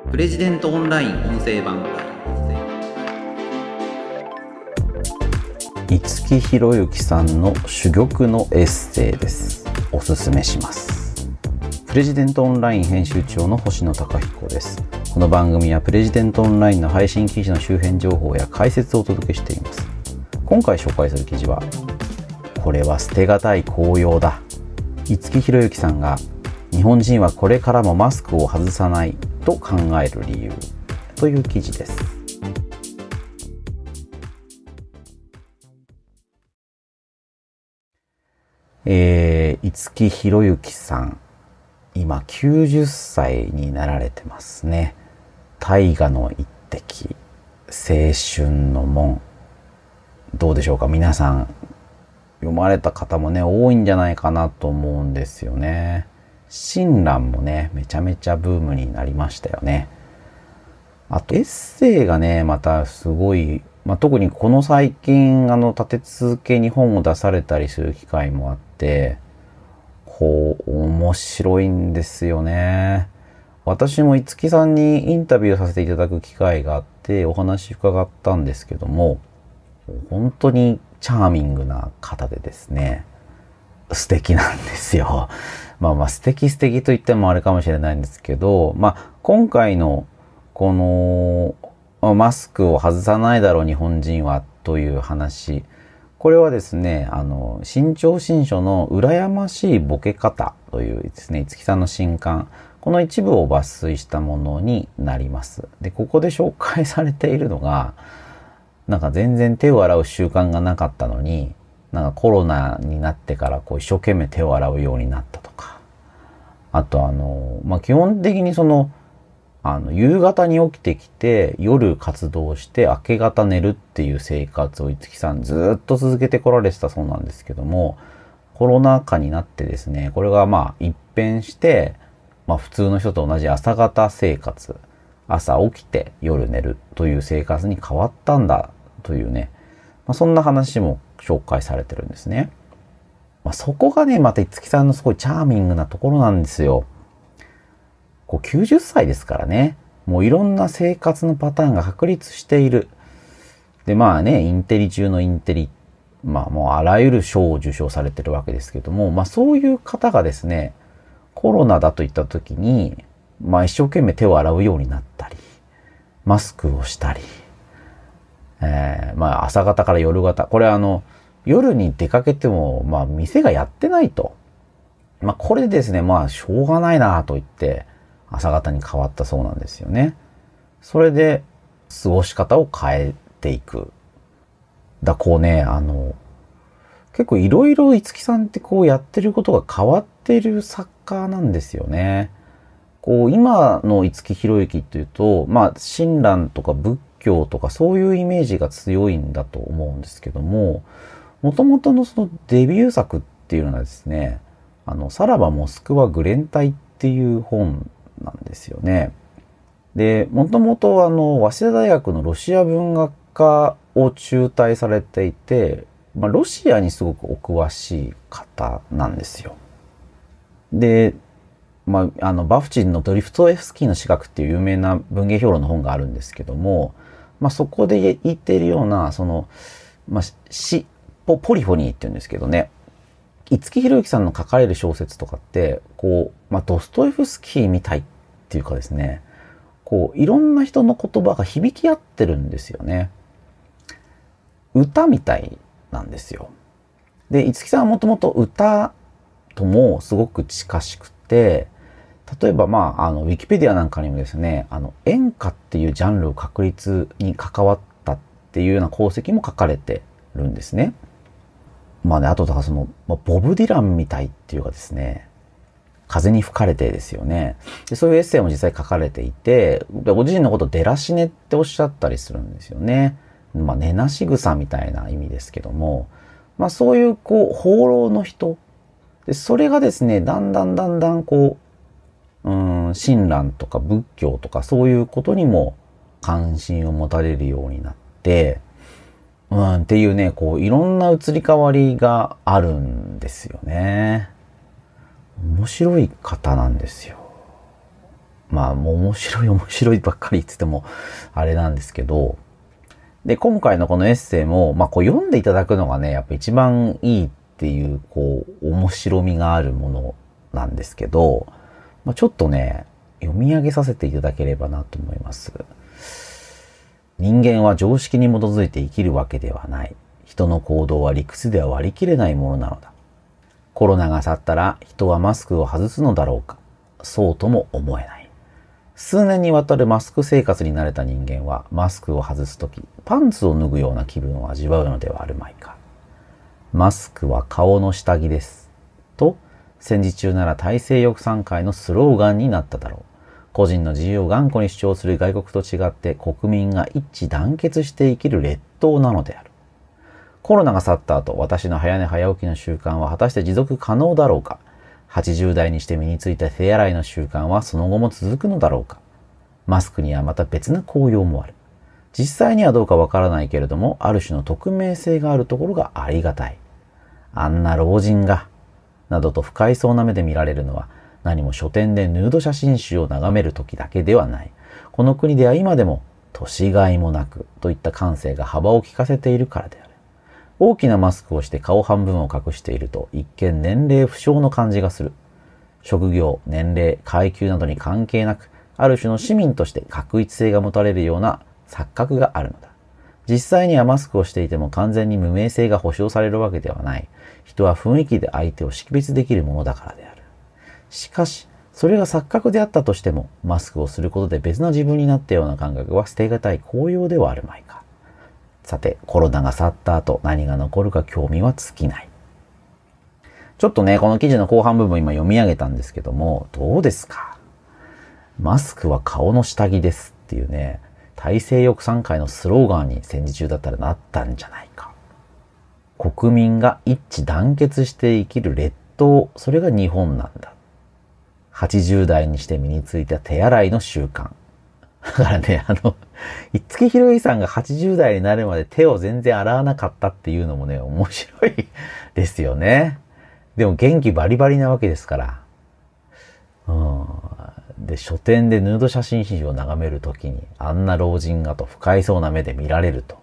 プレジデントオンライン音声版。 五木ひろゆきさんの珠玉のエッセイです。おすすめします。プレジデントオンライン編集長の星野貴彦です。この番組はプレジデントオンラインの配信記事の周辺情報や解説をお届けしています。今回紹介する記事は、これは捨てがたい紅葉だ。五木ひろゆきさんが日本人はこれからもマスクを外さないと考える理由という記事です。五木ひろゆきさん、今90歳になられてますね。大河の一滴、青春の門、どうでしょうか。皆さん読まれた方もね、多いんじゃないかなと思うんですよね。親鸞もね、めちゃめちゃブームになりましたよね。あとエッセイがね、またすごい、特にこの最近立て続けに本を出されたりする機会もあって、面白いんですよね。私も五木さんにインタビューさせていただく機会があってお話伺ったんですけども、本当にチャーミングな方でですね、素敵なんですよ。素敵と言ってもあれかもしれないんですけど、今回のこのマスクを外さないだろう日本人はという話、これはですね、新潮新書の羨ましいボケ方というですね、五木さんの新刊、この一部を抜粋したものになります。で、ここで紹介されているのが、全然手を洗う習慣がなかったのに、コロナになってから一生懸命手を洗うようになったとか、あと基本的に夕方に起きてきて夜活動して明け方寝るっていう生活を五木さんずっと続けてこられてたそうなんですけども、コロナ禍になってですね、これが一変して、普通の人と同じ朝方生活、朝起きて夜寝るという生活に変わったんだというね、そんな話も紹介されてるんですね。そこがね、また五木さんのすごいチャーミングなところなんですよ。90歳ですからね、もういろんな生活のパターンが確立している。で、インテリ中のインテリ、もうあらゆる賞を受賞されてるわけですけども、そういう方がですね、コロナだといった時に、一生懸命手を洗うようになったり、マスクをしたり、朝方から夜方、これ夜に出かけても、店がやってないと。これでですね、しょうがないなと言って、朝方に変わったそうなんですよね。それで、過ごし方を変えていく。結構いろいろ五木さんってやってることが変わってる作家なんですよね。今の五木ひろゆきっていうと、親鸞とか仏教とかそういうイメージが強いんだと思うんですけども、もともとのそのデビュー作っていうのがですね、さらばモスクワ愚連隊っていう本なんですよね。で、もともと早稲田大学のロシア文学科を中退されていて、ロシアにすごくお詳しい方なんですよ。で、バフチンのドリフトエフスキーの詩学っていう有名な文芸評論の本があるんですけども、そこで言っているような、詩、ポリフォニーって言うんですけどね、五木ひろゆきさんの書かれる小説とかって、ドストエフスキーみたいっていうかですね、いろんな人の言葉が響き合ってるんですよね。歌みたいなんですよ。で、五木さんはもともと歌ともすごく近しくて、例えばウィキペディアなんかにもですね、演歌っていうジャンルを確立に関わったっていうような功績も書かれてるんですね。あとボブ・ディランみたいっていうかですね、風に吹かれてですよね。で、そういうエッセイも実際書かれていて、ご自身のことをデラシネっておっしゃったりするんですよね。根なし草みたいな意味ですけども、そういう放浪の人で、それがですね、だんだん親鸞とか仏教とかそういうことにも関心を持たれるようになって、っていうね、いろんな移り変わりがあるんですよね。面白い方なんですよ。 まあ、もう面白いばっかり言ってても、あれなんですけど、で、今回のこのエッセイも、まあ、こう読んでいただくのがね、やっぱ一番いいっていう、こう、面白みがあるものなんですけど、まあ、ちょっとね、読み上げさせていただければなと思います。人間は常識に基づいて生きるわけではない。人の行動は理屈では割り切れないものなのだ。コロナが去ったら人はマスクを外すのだろうか。そうとも思えない。数年にわたるマスク生活に慣れた人間はマスクを外すとき、パンツを脱ぐような気分を味わうのではあるまいか。マスクは顔の下着です。と、戦時中なら体制抑散会のスローガンになっただろう。個人の自由を頑固に主張する外国と違って国民が一致団結して生きる劣等なのである。コロナが去った後、私の早寝早起きの習慣は果たして持続可能だろうか。80代にして身についた手洗いの習慣はその後も続くのだろうか。マスクにはまた別な効用もある。実際にはどうかわからないけれども、ある種の匿名性があるところがありがたい。あんな老人が、などと不快そうな目で見られるのは、何も書店でヌード写真集を眺める時だけではない。この国では今でも、年がいもなくといった感性が幅を利かせているからである。大きなマスクをして顔半分を隠していると、一見年齢不詳の感じがする。職業、年齢、階級などに関係なく、ある種の市民として確一性が持たれるような錯覚があるのだ。実際にはマスクをしていても完全に無名性が保証されるわけではない。人は雰囲気で相手を識別できるものだからである。しかし、それが錯覚であったとしても、マスクをすることで別な自分になったような感覚は捨てがたい効用ではあるまいか。さて、コロナが去った後、何が残るか興味は尽きない。ちょっとね、この記事の後半部分今読み上げたんですけども、どうですか？マスクは顔の下着ですっていうね、体制抑散会のスローガンに戦時中だったらなったんじゃないか。国民が一致団結して生きる劣等、それが日本なんだ。80代にして身についた手洗いの習慣。だからね、五木ひろゆきさんが80代になるまで手を全然洗わなかったっていうのもね、面白いですよね。でも元気バリバリなわけですから。で、書店でヌード写真集を眺めるときに、あんな老人がと不快そうな目で見られると。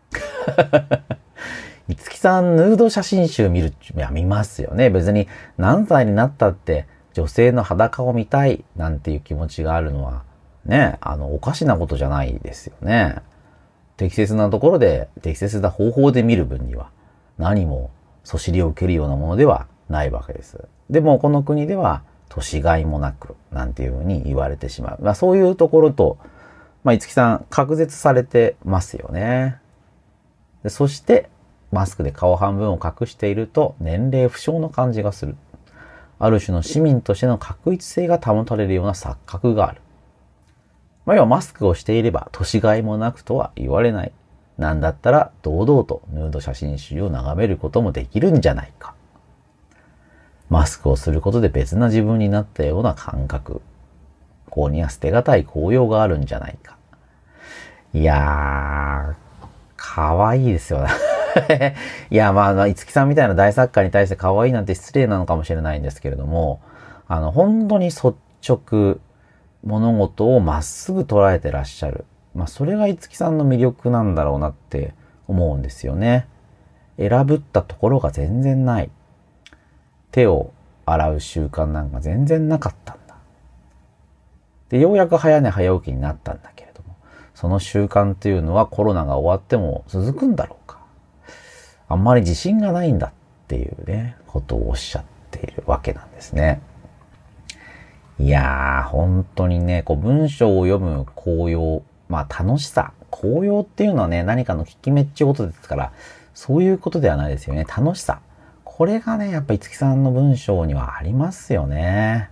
五木さん、ヌード写真集見ますよね。別に何歳になったって女性の裸を見たいなんていう気持ちがあるのは、ね、おかしなことじゃないですよね。適切なところで、適切な方法で見る分には、何もそしりを受けるようなものではないわけです。でも、この国では、年がいもなく、なんていうふうに言われてしまう。まあ、そういうところと、五木さん、隔絶されてますよね。でそして、マスクで顔半分を隠していると、年齢不詳の感じがする。ある種の市民としての確一性が保たれるような錯覚がある。要はマスクをしていれば年がいもなくとは言われない。なんだったら堂々とヌード写真集を眺めることもできるんじゃないか。マスクをすることで別な自分になったような感覚。ここには捨てがたい効用があるんじゃないか。いやー、かわいいですよね。いや、五木さんみたいな大作家に対して可愛いなんて失礼なのかもしれないんですけれども、本当に率直、物事をまっすぐ捉えてらっしゃる。それが五木さんの魅力なんだろうなって思うんですよね。選ぶったところが全然ない。手を洗う習慣なんか全然なかったんだ。で、ようやく早寝早起きになったんだけれども、その習慣っていうのはコロナが終わっても続くんだろうか。あんまり自信がないんだっていうね、ことをおっしゃっているわけなんですね。いやー、本当にね、文章を読む効用、楽しさ。効用っていうのはね、何かの効き目っていうことですから、そういうことではないですよね。楽しさ。これがね、やっぱ五木さんの文章にはありますよね。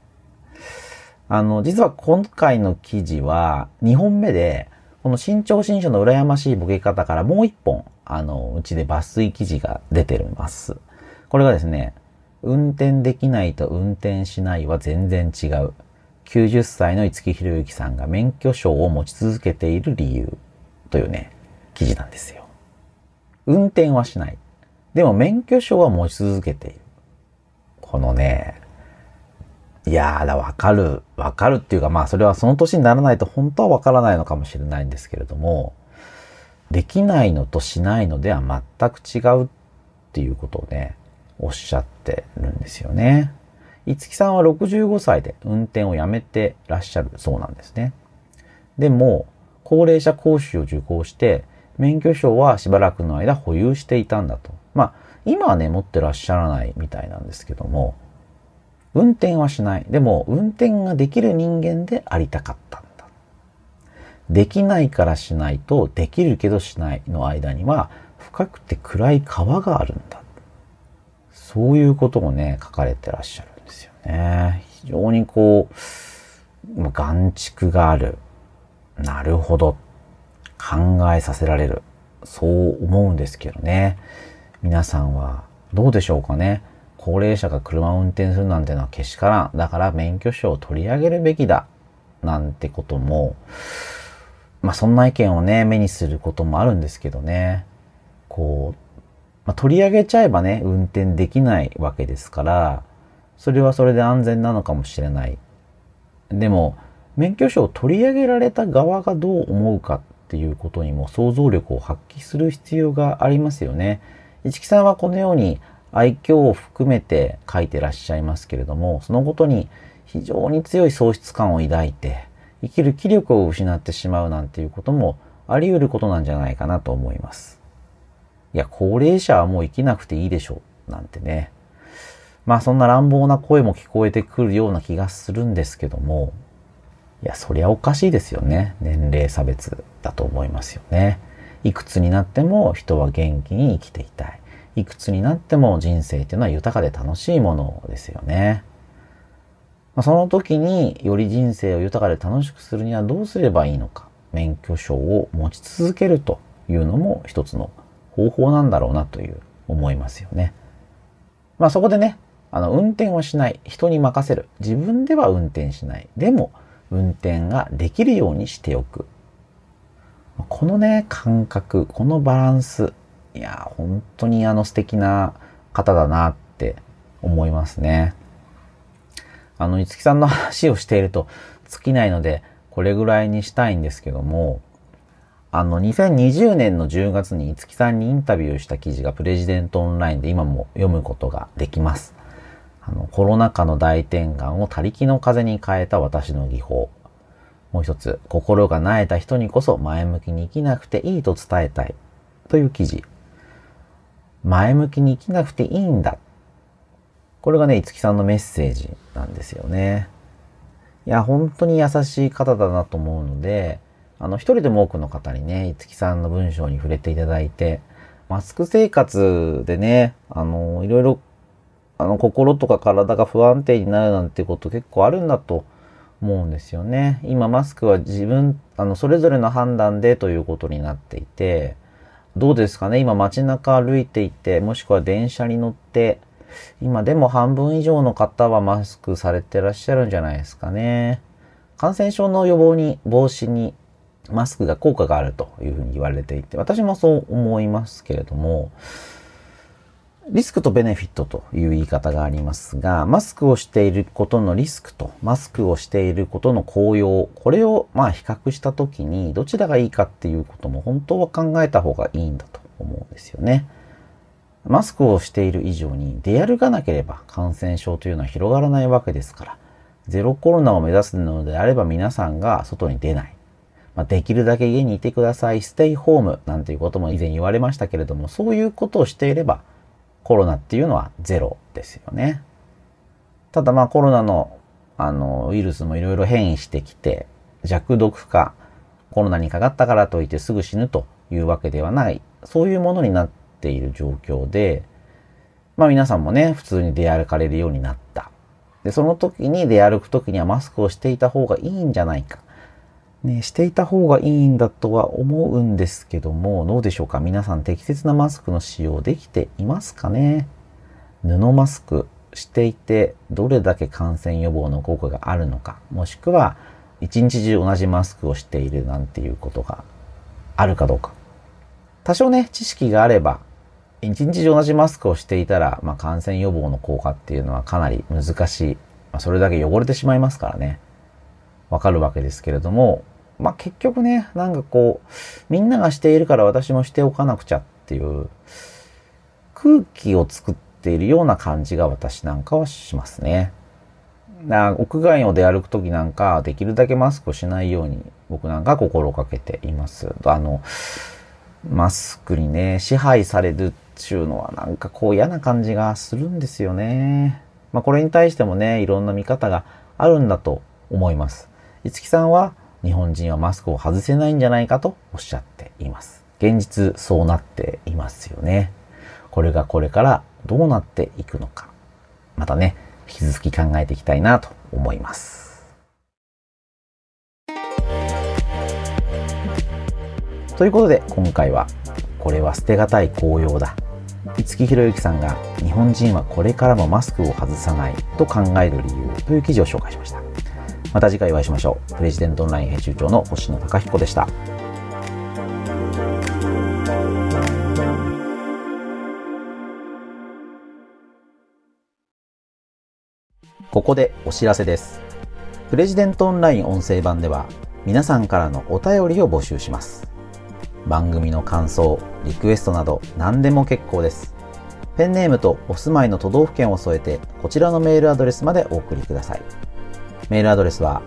実は今回の記事は、2本目で、この新潮新書の羨ましいボケ方からもう1本、うちで抜粋記事が出てます。これがですね、運転できないと運転しないは全然違う。90歳の五木ひろゆきさんが免許証を持ち続けている理由というね、記事なんですよ。運転はしない。でも免許証は持ち続けている。このね、 いやー、わかる。わかるっていうか、まあそれはその年にならないと本当はわからないのかもしれないんですけれども、できないのとしないのでは全く違うっていうことをね、おっしゃってるんですよね。五木さんは65歳で運転をやめてらっしゃるそうなんですね。でも、高齢者講習を受講して、免許証はしばらくの間保有していたんだと。まあ、今はね、持ってらっしゃらないみたいなんですけども、運転はしない。でも、運転ができる人間でありたかったんだ。できないからしないと、できるけどしないの間には、深くて暗い川があるんだ。そういうことをね、書かれてらっしゃるんですよね。非常にこう、眼蓄がある。なるほど。考えさせられる。そう思うんですけどね。皆さんはどうでしょうかね。高齢者が車を運転するなんてのはけしからん。だから免許証を取り上げるべきだ。なんてことも、まあそんな意見をね、目にすることもあるんですけどね。こう、取り上げちゃえばね、運転できないわけですから、それはそれで安全なのかもしれない。でも、免許証を取り上げられた側がどう思うかっていうことにも想像力を発揮する必要がありますよね。市木さんはこのように愛嬌を含めて書いてらっしゃいますけれども、そのことに非常に強い喪失感を抱いて、生きる気力を失ってしまうなんていうこともあり得ることなんじゃないかなと思います。いや、高齢者はもう生きなくていいでしょう、なんてね。まあそんな乱暴な声も聞こえてくるような気がするんですけども、いや、そりゃおかしいですよね。年齢差別だと思いますよね。いくつになっても人は元気に生きていたい。いくつになっても人生っていうのは豊かで楽しいものですよね。その時により人生を豊かで楽しくするにはどうすればいいのか。免許証を持ち続けるというのも一つの方法なんだろうなという思いますよね。そこでね、運転はしない。人に任せる。自分では運転しない。でも、運転ができるようにしておく。このね、感覚、このバランス。いや、本当に素敵な方だなって思いますね。五木さんの話をしていると尽きないので、これぐらいにしたいんですけども、2020年の10月に五木さんにインタビューした記事がプレジデントオンラインで今も読むことができます。コロナ禍の大転換を他力の風に変えた私の技法。もう一つ、心が萎えた人にこそ前向きに生きなくていいと伝えたい。という記事。前向きに生きなくていいんだ。これがね、五木さんのメッセージなんですよね。いや、本当に優しい方だなと思うので、一人でも多くの方にね、五木さんの文章に触れていただいて、マスク生活でね、いろいろ心とか体が不安定になるなんてこと結構あるんだと思うんですよね。今マスクは自分、それぞれの判断でということになっていて、どうですかね、今街中歩いていて、もしくは電車に乗って、今でも半分以上の方はマスクされてらっしゃるんじゃないですかね。感染症の予防に、防止にマスクが効果があるというふうに言われていて、私もそう思いますけれども、リスクとベネフィットという言い方がありますが、マスクをしていることのリスクとマスクをしていることの効用、これを比較したときにどちらがいいかっていうことも本当は考えた方がいいんだと思うんですよね。マスクをしている以上に出歩かなければ感染症というのは広がらないわけですから、ゼロコロナを目指すのであれば皆さんが外に出ない。できるだけ家にいてください、ステイホームなんていうことも以前言われましたけれども、そういうことをしていればコロナっていうのはゼロですよね。ただコロナのウイルスもいろいろ変異してきて弱毒化、コロナにかかったからといってすぐ死ぬというわけではない、そういうものになっている状況で、皆さんもね、普通に出歩かれるようになった。で、その時に出歩く時にはマスクをしていた方がいいんじゃないか。ね、していた方がいいんだとは思うんですけども、どうでしょうか。皆さん適切なマスクの使用できていますかね。布マスクしていてどれだけ感染予防の効果があるのか、もしくは一日中同じマスクをしているなんていうことがあるかどうか。多少ね、知識があれば、一日中同じマスクをしていたら、感染予防の効果っていうのはかなり難しい。 それだけ汚れてしまいますからね。わかるわけですけれども、結局ね、みんながしているから私もしておかなくちゃっていう空気を作っているような感じが私なんかはしますね。屋外を出歩くときなんか、できるだけマスクをしないように僕なんか心がけています。マスクにね、支配されるっていうのは嫌な感じがするんですよね。これに対してもね、いろんな見方があるんだと思います。いつきさんは日本人はマスクを外せないんじゃないかとおっしゃっています。現実そうなっていますよね。これがこれからどうなっていくのか。またね、引き続き考えていきたいなと思います。ということで今回はこれは捨てがたい紅葉だ。五木ひろゆきさんが日本人はこれからもマスクを外さないと考える理由という記事を紹介しました。また次回お会いしましょう。プレジデントオンライン編集長の星野貴彦でした。ここでお知らせです。プレジデントオンライン音声版では皆さんからのお便りを募集します。番組の感想、リクエストなど何でも結構です。ペンネームとお住まいの都道府県を添えてこちらのメールアドレスまでお送りください。メールアドレスは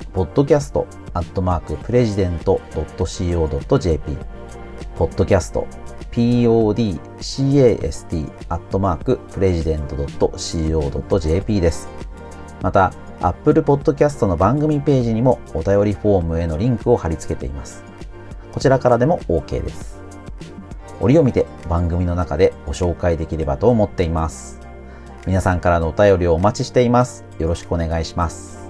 podcast@president.co.jp podcast@president.co.jp です。また、Apple Podcast の番組ページにもお便りフォームへのリンクを貼り付けています。こちらからでも OK です。折を見て番組の中でご紹介できればと思っています。皆さんからのお便りをお待ちしています。よろしくお願いします。